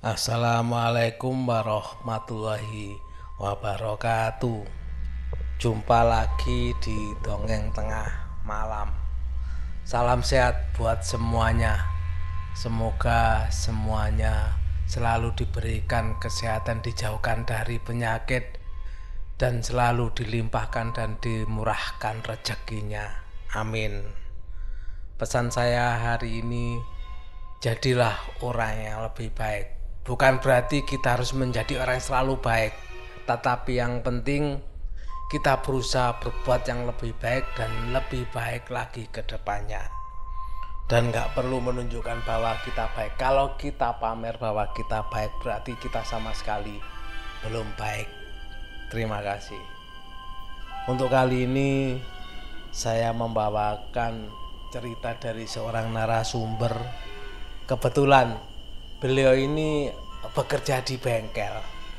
Assalamualaikum warahmatullahi wabarakatuh. Jumpa lagi di Dongeng Tengah Malam. Salam sehat buat semuanya. Semoga semuanya selalu diberikan kesehatan, dijauhkan dari penyakit, dan selalu dilimpahkan dan dimurahkan rezekinya. Amin. Pesan saya hari ini, jadilah orang yang lebih baik. Bukan berarti kita harus menjadi orang yang selalu baik, tetapi yang penting kita berusaha berbuat yang lebih baik dan lebih baik lagi ke depannya. Dan gak perlu menunjukkan bahwa kita baik. Kalau kita pamer bahwa kita baik, berarti kita sama sekali belum baik. Terima kasih. Untuk kali ini saya membawakan cerita dari seorang narasumber. Kebetulan beliau ini bekerja di bengkel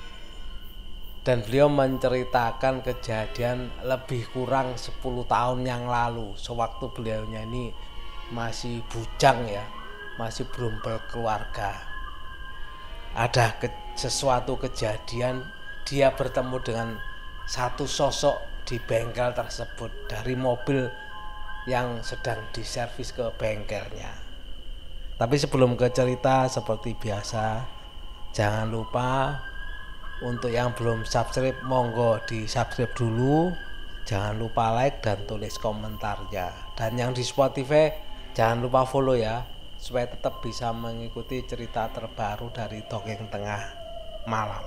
dan beliau menceritakan kejadian lebih kurang 10 tahun yang lalu, sewaktu beliaunya ini masih bujang ya, masih belum berkeluarga. Ada sesuatu kejadian, dia bertemu dengan satu sosok di bengkel tersebut dari mobil yang sedang diservis ke bengkelnya. Tapi sebelum ke cerita, seperti biasa, jangan lupa untuk yang belum subscribe, monggo di subscribe dulu. Jangan lupa like dan tulis komentarnya. Dan yang di Spotify, jangan lupa follow ya, supaya tetap bisa mengikuti cerita terbaru dari Dongeng Tengah Malam.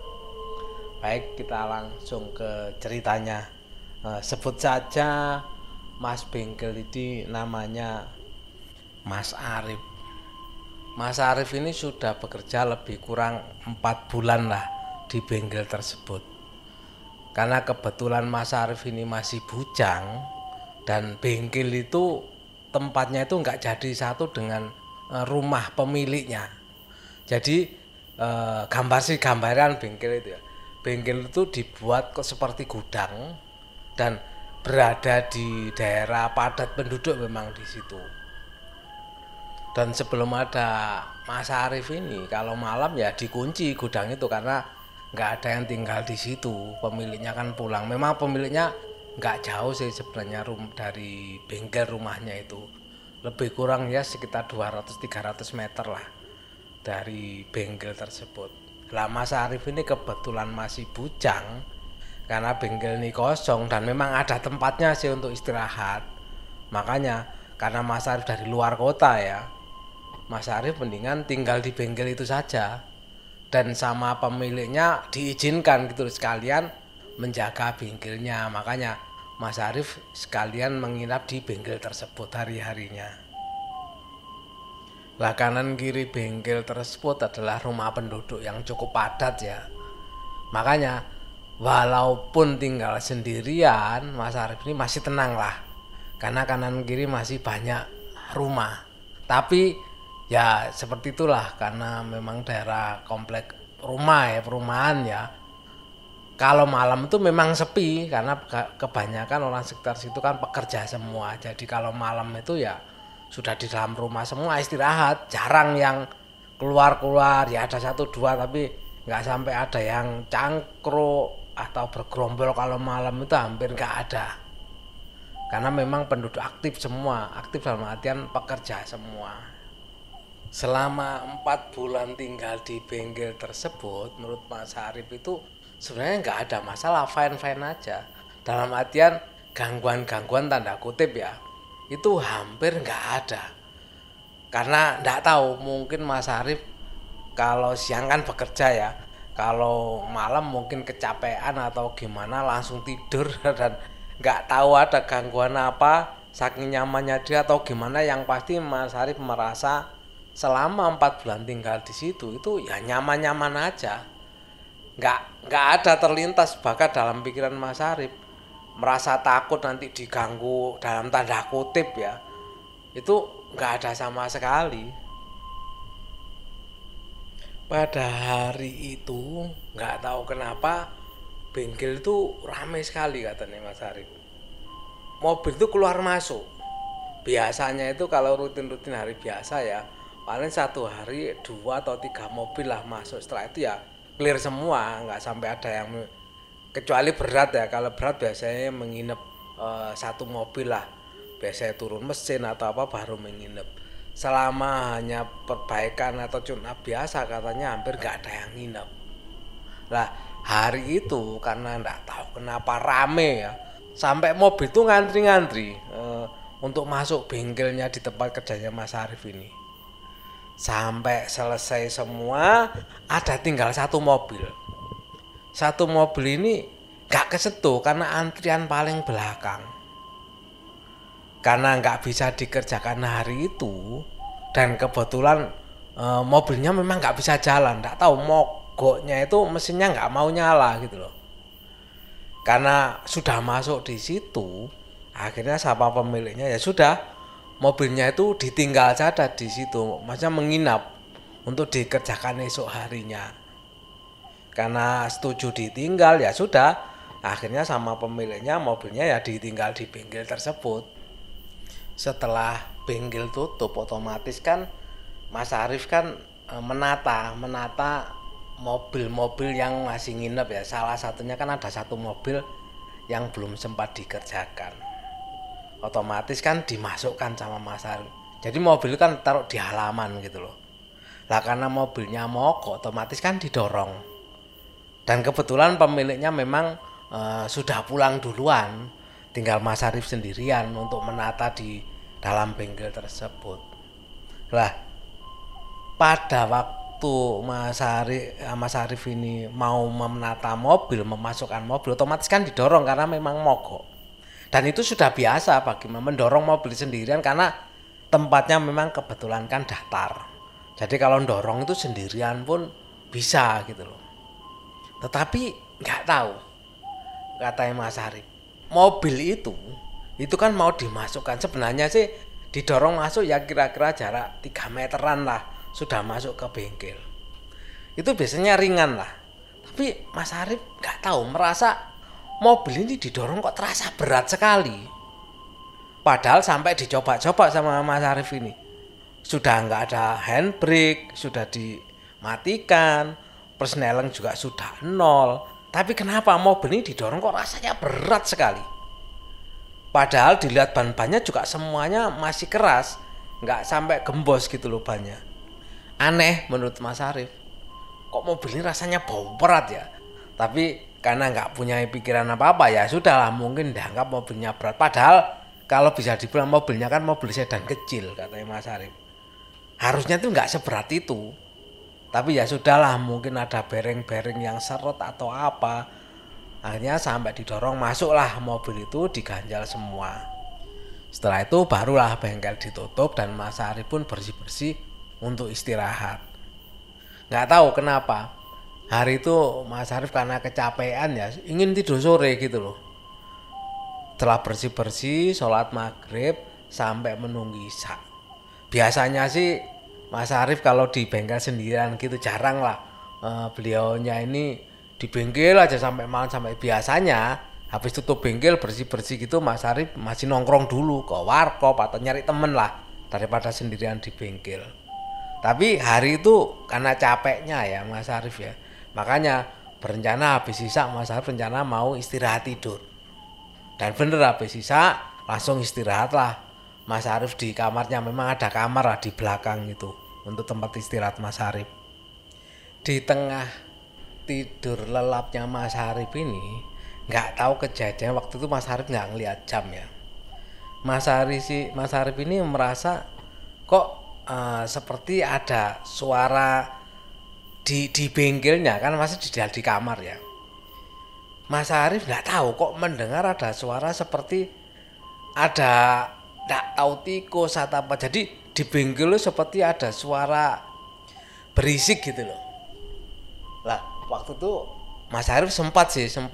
Baik, kita langsung ke ceritanya. Sebut saja Mas Bengkel ini namanya Mas Arif. Mas Arif ini sudah bekerja lebih kurang 4 bulan lah di bengkel tersebut. Karena kebetulan Mas Arif ini masih bujang, dan bengkel itu tempatnya itu nggak jadi satu dengan rumah pemiliknya. Jadi gambaran bengkel itu ya. Bengkel itu dibuat kok seperti gudang dan berada di daerah padat penduduk memang di situ. Dan sebelum ada Mas Arif ini, kalau malam ya dikunci gudang itu karena nggak ada yang tinggal di situ. Pemiliknya kan pulang. Memang pemiliknya nggak jauh sih sebenarnya dari bengkel rumahnya itu. Lebih kurang ya sekitar 200-300 meter lah dari bengkel tersebut. Lah Mas Arif ini kebetulan masih bujang karena bengkel ini kosong dan memang ada tempatnya sih untuk istirahat. Makanya karena Mas Arif dari luar kota ya, Mas Arif mendingan tinggal di bengkel itu saja, dan sama pemiliknya diizinkan gitu sekalian menjaga bengkelnya. Makanya Mas Arif sekalian menginap di bengkel tersebut hari-harinya. Lah kanan kiri bengkel tersebut adalah rumah penduduk yang cukup padat ya. Makanya walaupun tinggal sendirian, Mas Arif ini masih tenang lah, karena kanan kiri masih banyak rumah. Tapi ya seperti itulah, karena memang daerah komplek rumah ya, perumahan ya. Kalau malam itu memang sepi karena kebanyakan orang sekitar situ kan pekerja semua. Jadi kalau malam itu ya sudah di dalam rumah semua istirahat. Jarang yang keluar-keluar, ya ada satu dua tapi nggak sampai ada yang cangkruk atau bergerombol. Kalau malam itu hampir nggak ada. Karena memang penduduk aktif semua, aktif dalam artian pekerja semua. Selama 4 bulan tinggal di bengkel tersebut, menurut Mas Arif itu sebenarnya nggak ada masalah, fine-fine aja. Dalam artian gangguan-gangguan tanda kutip ya, itu hampir nggak ada. Karena nggak tahu, mungkin Mas Arif kalau siang kan bekerja ya, kalau malam mungkin kecapean atau gimana langsung tidur dan nggak tahu ada gangguan apa, saking nyamannya dia atau gimana. Yang pasti Mas Arif merasa selama 4 bulan tinggal di situ itu ya nyaman-nyaman aja, nggak ada terlintas bahkan dalam pikiran Mas Arif merasa takut nanti diganggu dalam tanda kutip ya, itu nggak ada sama sekali. Pada hari itu nggak tahu kenapa bengkel itu ramai sekali katanya Mas Arif. Mobil itu keluar masuk. Biasanya itu kalau rutin-rutin hari biasa ya, paling satu hari 2 atau 3 mobil lah masuk. Setelah itu ya clear semua, nggak sampai ada yang kecuali berat ya. Kalau berat biasanya menginap satu mobil lah, biasanya turun mesin atau apa baru menginap. Selama hanya perbaikan atau tune up biasa katanya hampir nggak ada yang nginep. Lah hari itu karena nggak tahu kenapa rame ya, sampai mobil tuh ngantri-ngantri untuk masuk bengkelnya di tempat kerjanya Mas Arif ini. Sampai selesai semua, ada tinggal satu mobil. Satu mobil ini nggak kesentuh karena antrian paling belakang. Karena nggak bisa dikerjakan hari itu, dan kebetulan mobilnya memang nggak bisa jalan. Nggak tahu mogoknya itu mesinnya nggak mau nyala gitu loh. Karena sudah masuk di situ, akhirnya sama pemiliknya ya sudah, mobilnya itu ditinggal saja di situ, maksudnya menginap untuk dikerjakan esok harinya. Karena setuju ditinggal ya sudah, akhirnya sama pemiliknya mobilnya ya ditinggal di bengkel tersebut. Setelah bengkel tutup otomatis kan Mas Arif kan menata mobil-mobil yang masih nginep ya. Salah satunya kan ada satu mobil yang belum sempat dikerjakan, otomatis kan dimasukkan sama Mas Arif. Jadi mobil kan taruh di halaman gitu loh. Lah karena mobilnya mogok otomatis kan didorong. Dan kebetulan pemiliknya memang sudah pulang duluan. Tinggal Mas Arif sendirian untuk menata di dalam bengkel tersebut. Lah pada waktu Mas Arif ini mau menata mobil, memasukkan mobil, otomatis kan didorong karena memang mogok. Dan itu sudah biasa bagi mendorong mobil sendirian karena tempatnya memang kebetulan kan datar. Jadi kalau dorong itu sendirian pun bisa gitu loh. Tetapi nggak tahu, katanya Mas Arif, mobil itu kan mau dimasukkan, sebenarnya sih didorong masuk ya kira-kira jarak 3 meteran lah sudah masuk ke bengkel. Itu biasanya ringan lah. Tapi Mas Arif nggak tahu, merasa mobil ini didorong kok terasa berat sekali. Padahal sampai dicoba-coba sama Mas Arif ini, sudah nggak ada handbrake, sudah dimatikan, persneling juga sudah 0. Tapi kenapa mobil ini didorong kok rasanya berat sekali? Padahal dilihat ban-bannya juga semuanya masih keras, nggak sampai gembos gitu loh bannya. Aneh menurut Mas Arif, kok mobil ini rasanya bau berat ya. Tapi karena nggak punya pikiran apa-apa ya sudahlah, mungkin dianggap mobilnya berat. Padahal kalau bisa dibilang mobilnya kan mobil sedan kecil, katanya Mas Arif. Harusnya tuh nggak seberat itu. Tapi ya sudahlah, mungkin ada bearing-bearing yang seret atau apa. Akhirnya sampai didorong masuklah mobil itu, diganjal semua. Setelah itu barulah bengkel ditutup dan Mas Arif pun bersih-bersih untuk istirahat. Nggak tahu kenapa hari itu Mas Arif karena kecapean ya ingin tidur sore gitu loh. Setelah bersih-bersih, sholat maghrib sampai menunggu isya. Biasanya sih Mas Arif kalau di bengkel sendirian gitu jarang lah. Beliaunya ini di bengkel aja sampai malam, sampai biasanya habis tutup bengkel bersih-bersih gitu Mas Arif masih nongkrong dulu ke warkop atau nyari temen lah daripada sendirian di bengkel. Tapi hari itu karena capeknya ya Mas Arif ya, makanya berencana habis isya Mas Arif rencana mau istirahat tidur. Dan bener habis isya langsung istirahat lah Mas Arif di kamarnya. Memang ada kamar lah di belakang itu untuk tempat istirahat Mas Arif. Di tengah tidur lelapnya Mas Arif ini, nggak tahu kejadian waktu itu Mas Arif nggak ngelihat jam ya. Mas Arif ini merasa kok seperti ada suara di bengkelnya, kan masih di kamar ya. Mas Arif nggak tahu kok mendengar ada suara seperti ada nggak tahu tikus atau apa. Jadi di bengkel itu seperti ada suara berisik gitu loh. Lah waktu itu Mas Arif sempat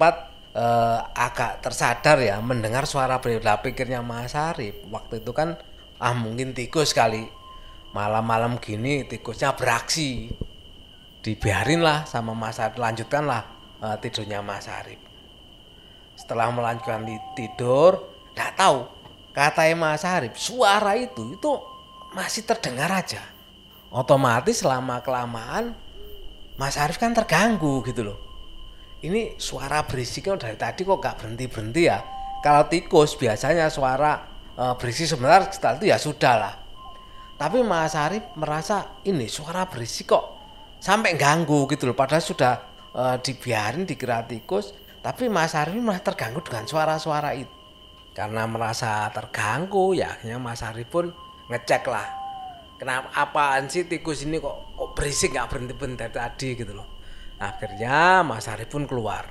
agak tersadar ya mendengar suara berisik. Lah pikirnya Mas Arif waktu itu kan mungkin tikus kali, malam-malam gini tikusnya beraksi. Dibiarin lah sama Mas Arif, lanjutkanlah tidurnya Mas Arif. Setelah melanjutkan tidur, nggak tahu katanya Mas Arif suara itu masih terdengar aja. Otomatis lama kelamaan Mas Arif kan terganggu gitu loh. Ini suara berisiknya dari tadi kok gak berhenti-berhenti ya. Kalau tikus biasanya suara berisik sebentar, setelah itu ya sudah lah. Tapi Mas Arif merasa ini suara berisik kok sampai ganggu gitu loh. Padahal sudah dibiarin dikira tikus, tapi Mas Arif malah terganggu dengan suara-suara itu. Karena merasa terganggu ya akhirnya Mas Arif pun ngecek lah. Kenapa apaan sih tikus ini kok berisik gak berhenti-berhenti dari tadi gitu loh. Akhirnya Mas Arif pun keluar.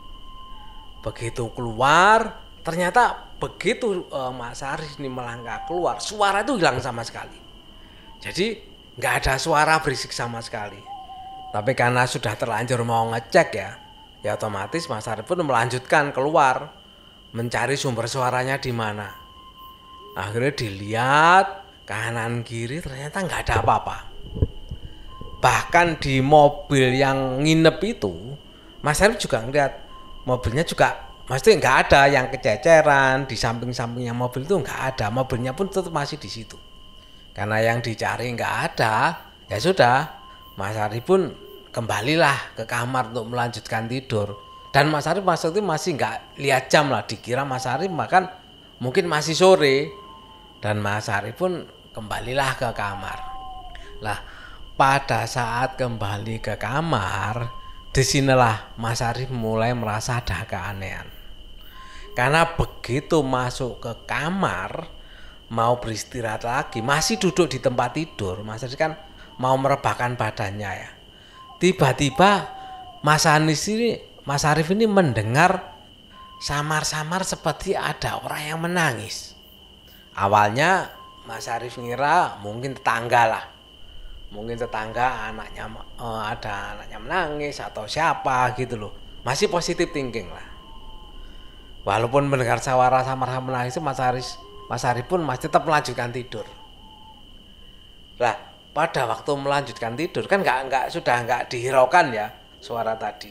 Begitu keluar, ternyata begitu Mas Arif ini melangkah keluar, suara itu hilang sama sekali. Jadi nggak ada suara berisik sama sekali. Tapi karena sudah terlanjur mau ngecek ya otomatis Mas Arif pun melanjutkan keluar mencari sumber suaranya di mana. Akhirnya dilihat kanan kiri ternyata nggak ada apa-apa. Bahkan di mobil yang nginep itu, Mas Arif juga ngeliat mobilnya juga, maksudnya nggak ada yang kececeran di samping-sampingnya mobil itu nggak ada, mobilnya pun tetap masih di situ. Karena yang dicari nggak ada, ya sudah, Mas Arif pun kembalilah ke kamar untuk melanjutkan tidur. Dan Mas Arif maksudnya masih nggak lihat jam lah, dikira Mas Arif makan mungkin masih sore. Dan Mas Arif pun kembalilah ke kamar. Lah, pada saat kembali ke kamar, disinilah Mas Arif mulai merasa ada keanehan. Karena begitu masuk ke kamar, mau beristirahat lagi, masih duduk di tempat tidur, Mas Arif kan mau merebahkan badannya ya. Tiba-tiba Mas Arif ini mendengar samar-samar seperti ada orang yang menangis. Awalnya Mas Arif ngira mungkin tetangga lah. Mungkin tetangga ada anaknya menangis atau siapa gitu loh. Masih positif thinking lah. Walaupun mendengar suara samar menangis, Mas Arif pun masih tetap melanjutkan tidur. Lah, pada waktu melanjutkan tidur kan sudah nggak dihiraukan ya suara tadi.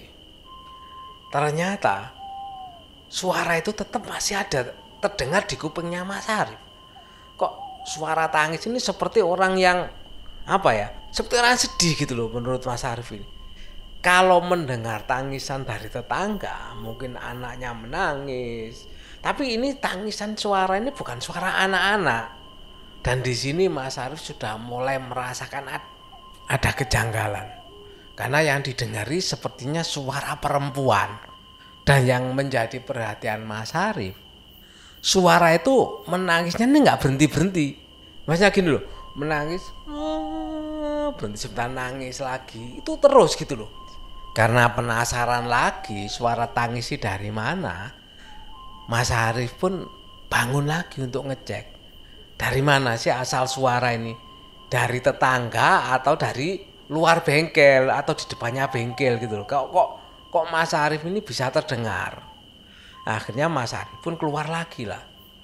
Ternyata suara itu tetap masih ada terdengar di kupingnya Mas Arif. Kok suara tangis ini seperti orang yang seperti orang sedih gitu loh menurut Mas Arif ini. Kalau mendengar tangisan dari tetangga, mungkin anaknya menangis. Tapi ini tangisan suara ini bukan suara anak-anak. Dan di sini Mas Arif sudah mulai merasakan ada kejanggalan. Karena yang didengari sepertinya suara perempuan. Dan yang menjadi perhatian Mas Arif, suara itu menangisnya ini nggak berhenti-berhenti. Maksudnya gini loh, menangis, berhenti sebentar nangis lagi, itu terus gitu loh. Karena penasaran lagi suara tangis dari mana, Mas Arif pun bangun lagi untuk ngecek. Dari mana sih asal suara ini? Dari tetangga atau dari luar bengkel atau di depannya bengkel gitu loh. Kok Mas Arif ini bisa terdengar? Akhirnya Mas Arif pun keluar lagi lah.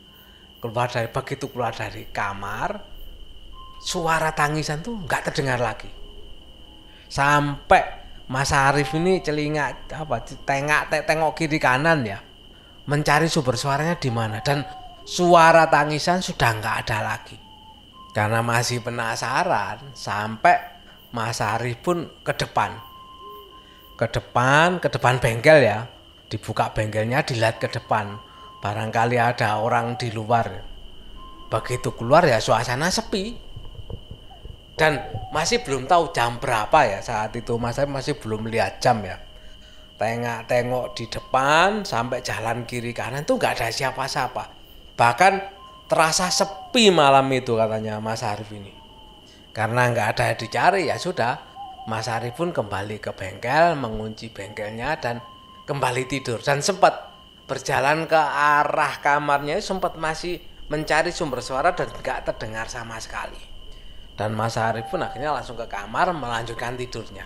Begitu keluar dari kamar, suara tangisan tuh nggak terdengar lagi. Sampai Mas Arif ini tengok kiri kanan ya, mencari sumber suaranya di mana, dan suara tangisan sudah nggak ada lagi. Karena masih penasaran, sampai Mas Arif pun ke depan bengkel ya, dibuka bengkelnya, dilihat ke depan, barangkali ada orang di luar. Begitu keluar ya suasana sepi. Dan masih belum tahu jam berapa ya saat itu, Mas Arif masih belum lihat jam ya. Tengok di depan sampai jalan kiri kanan tuh nggak ada siapa-siapa. Bahkan terasa sepi malam itu katanya Mas Arif ini. Karena nggak ada yang dicari ya sudah, Mas Arif pun kembali ke bengkel, mengunci bengkelnya dan kembali tidur. Dan sempat berjalan ke arah kamarnya, sempat masih mencari sumber suara dan nggak terdengar sama sekali. Dan Mas Arif pun akhirnya langsung ke kamar melanjutkan tidurnya.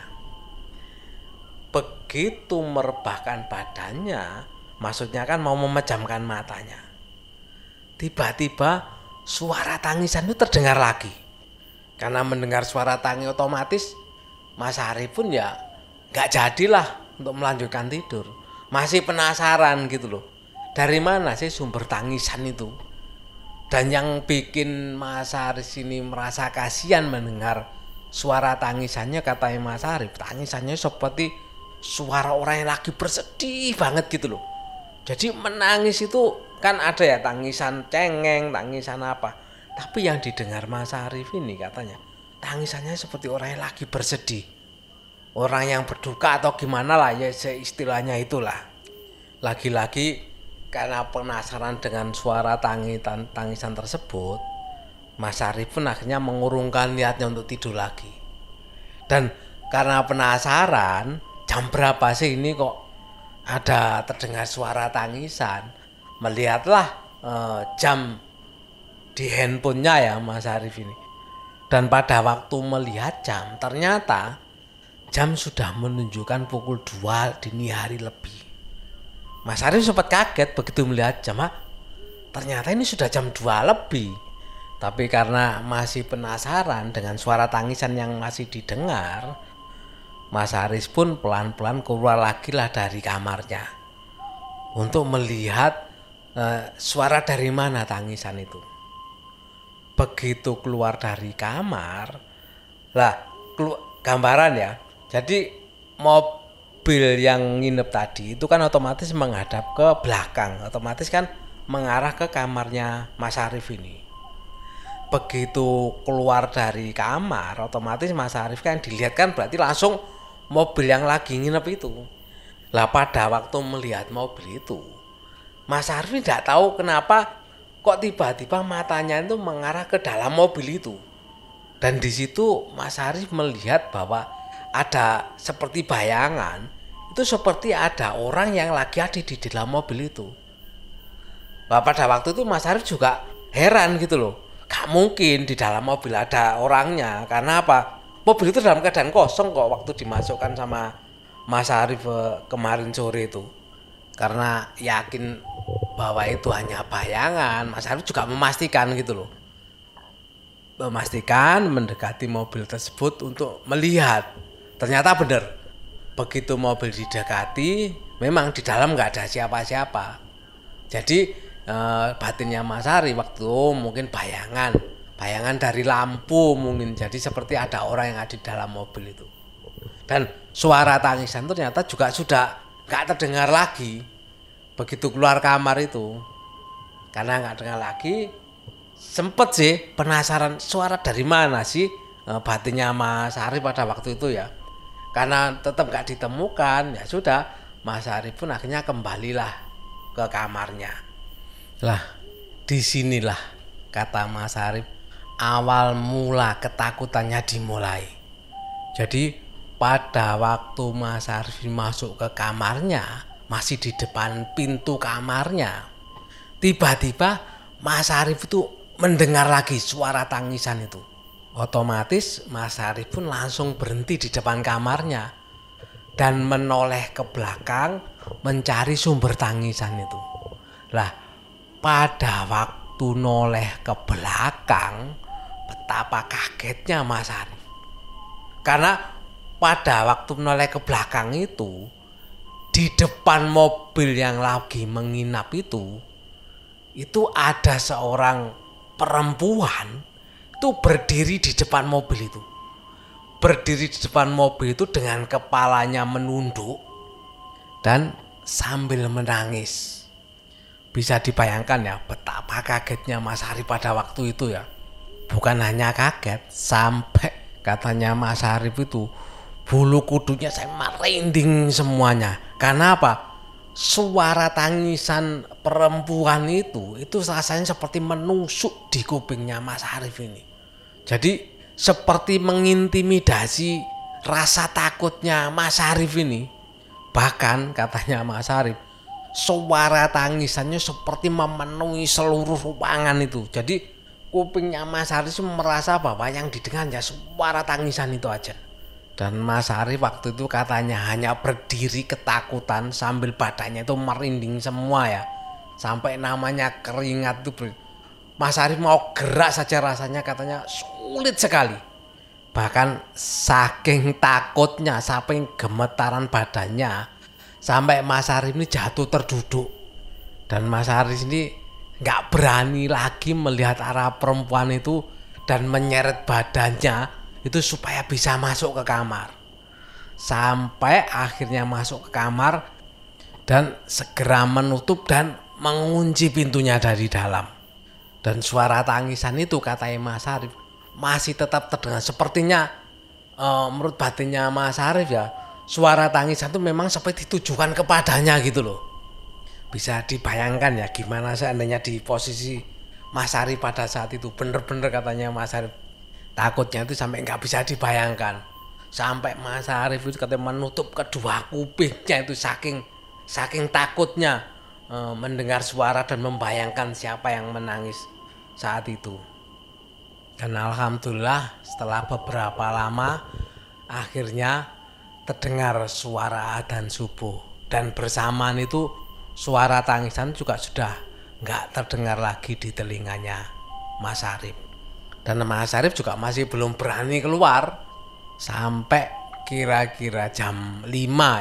Begitu merebahkan badannya, maksudnya kan mau memejamkan matanya, tiba-tiba suara tangisan itu terdengar lagi. Karena mendengar suara tangis otomatis Mas Arif pun ya gak jadilah untuk melanjutkan tidur. Masih penasaran gitu loh, dari mana sih sumber tangisan itu. Dan yang bikin Mas Arif ini merasa kasihan mendengar suara tangisannya katanya Mas Arif, tangisannya seperti suara orang yang lagi bersedih banget gitu loh. Jadi menangis itu kan ada ya tangisan cengeng, tangisan apa. Tapi yang didengar Mas Arif ini katanya tangisannya seperti orang yang lagi bersedih. Orang yang berduka atau gimana lah ya istilahnya itulah. Lagi-lagi karena penasaran dengan suara tangisan tersebut, Mas Arif pun akhirnya mengurungkan niatnya untuk tidur lagi. Dan karena penasaran, jam berapa sih ini kok ada terdengar suara tangisan, melihatlah jam di handphonenya ya Mas Arif ini. Dan pada waktu melihat jam, ternyata jam sudah menunjukkan pukul 2 dini hari lebih. Mas Arif sempat kaget begitu melihat jam, ternyata ini sudah jam 2 lebih. Tapi karena masih penasaran dengan suara tangisan yang masih didengar, Mas Arif pun pelan-pelan keluar lagi lah dari kamarnya untuk melihat suara dari mana tangisan itu. Begitu keluar dari kamar, lah gambaran ya. Jadi mobil yang nginep tadi itu kan otomatis menghadap ke belakang, otomatis kan mengarah ke kamarnya Mas Arif ini. Begitu keluar dari kamar, otomatis Mas Arif kan dilihat kan berarti langsung mobil yang lagi nginep itu. Lah pada waktu melihat mobil itu, Mas Arif tidak tahu kenapa kok tiba-tiba matanya itu mengarah ke dalam mobil itu. Dan di situ Mas Arif melihat bahwa ada seperti bayangan, itu seperti ada orang yang lagi ada di dalam mobil itu. Nah, pada waktu itu Mas Arif juga heran gitu loh. Gak mungkin di dalam mobil ada orangnya, karena apa? Mobil itu dalam keadaan kosong kok waktu dimasukkan sama Mas Arif kemarin sore itu. Karena yakin bahwa itu hanya bayangan, Mas Arif juga memastikan gitu loh. Memastikan mendekati mobil tersebut untuk melihat. Ternyata benar. Begitu mobil didekati, memang di dalam nggak ada siapa-siapa. Jadi batinnya Mas Arif waktu mungkin bayangan dari lampu mungkin, jadi seperti ada orang yang ada di dalam mobil itu. Dan suara tangisan itu ternyata juga sudah nggak terdengar lagi begitu keluar kamar itu. Karena nggak dengar lagi, sempet sih penasaran suara dari mana sih batinnya Mas Arif pada waktu itu ya. Karena tetap nggak ditemukan, ya sudah Mas Arif pun akhirnya kembalilah ke kamarnya. Lah, disinilah kata Mas Arif awal mula ketakutannya dimulai. Jadi pada waktu Mas Arif masuk ke kamarnya, masih di depan pintu kamarnya, tiba-tiba Mas Arif itu mendengar lagi suara tangisan itu. Otomatis Mas Arif pun langsung berhenti di depan kamarnya dan menoleh ke belakang mencari sumber tangisan itu. Lah, pada waktu noleh ke belakang, betapa kagetnya Mas Arif. Karena pada waktu noleh ke belakang itu, di depan mobil yang lagi menginap itu ada seorang perempuan itu berdiri di depan mobil itu. Berdiri di depan mobil itu dengan kepalanya menunduk dan sambil menangis. Bisa dibayangkan ya betapa kagetnya Mas Arif pada waktu itu ya. Bukan hanya kaget, sampai katanya Mas Arif itu bulu kudunya saya merinding semuanya. Karena apa? Suara tangisan perempuan itu rasanya seperti menusuk di kupingnya Mas Arif ini. Jadi seperti mengintimidasi rasa takutnya Mas Arif ini. Bahkan katanya Mas Arif, suara tangisannya seperti memenuhi seluruh ruangan itu. Jadi kupingnya Mas Arif merasa bahwa yang didengarnya suara tangisan itu aja. Dan Mas Arif waktu itu katanya hanya berdiri ketakutan sambil badannya itu merinding semua ya. Sampai namanya keringat itu. Mas Arif mau gerak saja rasanya katanya sulit sekali. Bahkan saking takutnya, saking gemetaran badannya, sampai Mas Arif ini jatuh terduduk. Dan Mas Arif ini gak berani lagi melihat arah perempuan itu dan menyeret badannya itu supaya bisa masuk ke kamar. Sampai akhirnya masuk ke kamar dan segera menutup dan mengunci pintunya dari dalam. Dan suara tangisan itu, kata Mas Arif, masih tetap terdengar. Sepertinya menurut batinnya Mas Arif ya, suara tangisan itu memang seperti ditujukan kepadanya gitu loh. Bisa dibayangkan ya gimana seandainya di posisi Mas Arif pada saat itu. Bener-bener katanya Mas Arif, takutnya itu sampai nggak bisa dibayangkan. Sampai Mas Arif itu katanya menutup kedua kupingnya itu saking takutnya mendengar suara dan membayangkan siapa yang menangis saat itu. Dan alhamdulillah setelah beberapa lama akhirnya terdengar suara adzan subuh, dan bersamaan itu suara tangisan juga sudah nggak terdengar lagi di telinganya Mas Arif. Dan Mas Arif juga masih belum berani keluar sampai kira-kira jam 5.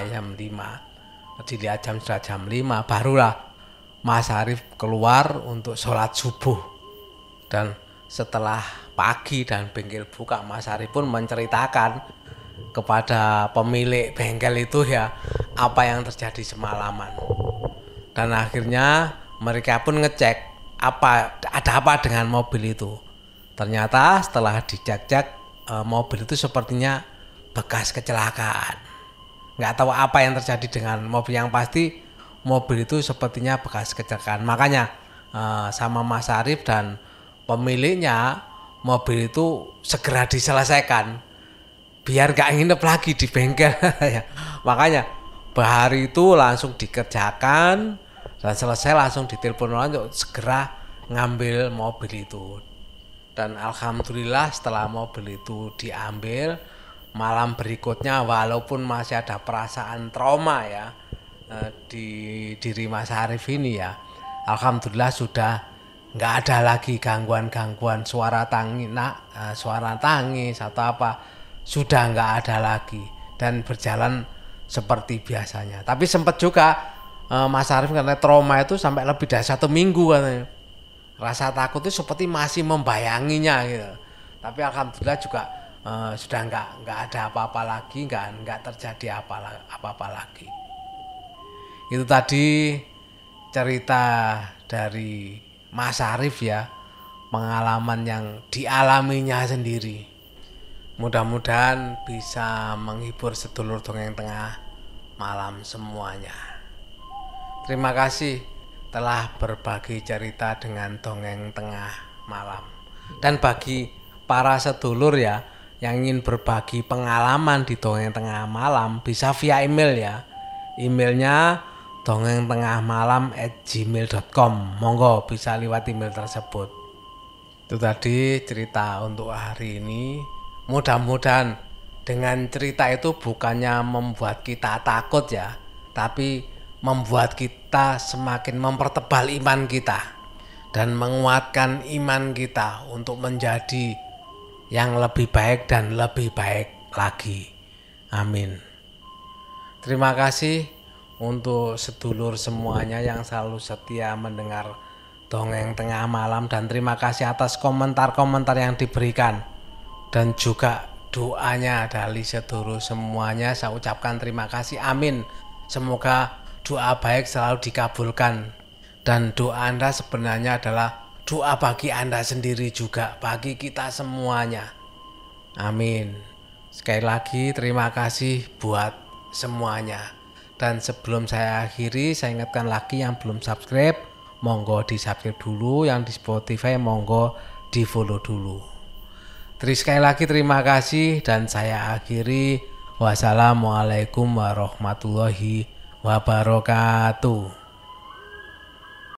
Dilihat jam sudah jam 5, barulah Mas Arif keluar untuk sholat subuh. Dan setelah pagi dan bengkel buka, Mas Arif pun menceritakan kepada pemilik bengkel itu ya apa yang terjadi semalaman. Dan akhirnya mereka pun ngecek ada apa dengan mobil itu. Ternyata setelah dicek mobil itu sepertinya bekas kecelakaan. Nggak tahu apa yang terjadi dengan mobil, yang pasti mobil itu sepertinya bekas kecelakaan. Makanya sama Mas Arif dan pemiliknya mobil itu segera diselesaikan biar nggak nginep lagi di bengkel. Makanya hari itu langsung dikerjakan dan selesai langsung ditelepon untuk segera ngambil mobil itu. Dan alhamdulillah setelah mobil itu diambil, malam berikutnya walaupun masih ada perasaan trauma ya di diri Mas Arif ini ya, alhamdulillah sudah nggak ada lagi gangguan-gangguan suara tangis atau apa, sudah nggak ada lagi dan berjalan seperti biasanya. Tapi sempat juga Mas Arif karena trauma itu sampai lebih dari 1 minggu katanya, rasa takut itu seperti masih membayanginya gitu. Tapi alhamdulillah juga sudah nggak ada apa-apa lagi, nggak terjadi apa-apa lagi. Itu tadi cerita dari Mas Arif ya, pengalaman yang dialaminya sendiri. Mudah-mudahan bisa menghibur sedulur dongeng tengah malam semuanya. Terima kasih telah berbagi cerita dengan dongeng tengah malam. Dan bagi para sedulur ya yang ingin berbagi pengalaman di dongeng tengah malam, bisa via email ya. Emailnya dongengtengahmalam@gmail.com. Monggo bisa lewat email tersebut. Itu tadi cerita untuk hari ini. Mudah-mudahan dengan cerita itu bukannya membuat kita takut ya, tapi membuat kita semakin mempertebal iman kita dan menguatkan iman kita untuk menjadi yang lebih baik dan lebih baik lagi. Amin. Terima kasih untuk sedulur semuanya yang selalu setia mendengar dongeng tengah malam, dan terima kasih atas komentar-komentar yang diberikan dan juga doanya dari sedulur semuanya. Saya ucapkan terima kasih. Amin. Semoga doa baik selalu dikabulkan, dan doa Anda sebenarnya adalah doa bagi Anda sendiri juga, bagi kita semuanya. Amin. Sekali lagi terima kasih buat semuanya. Dan sebelum saya akhiri, saya ingatkan lagi yang belum subscribe, monggo di subscribe dulu. Yang di Spotify monggo di follow dulu. Terus sekali lagi terima kasih, dan saya akhiri. Wassalamualaikum warahmatullahi wabarakatuh.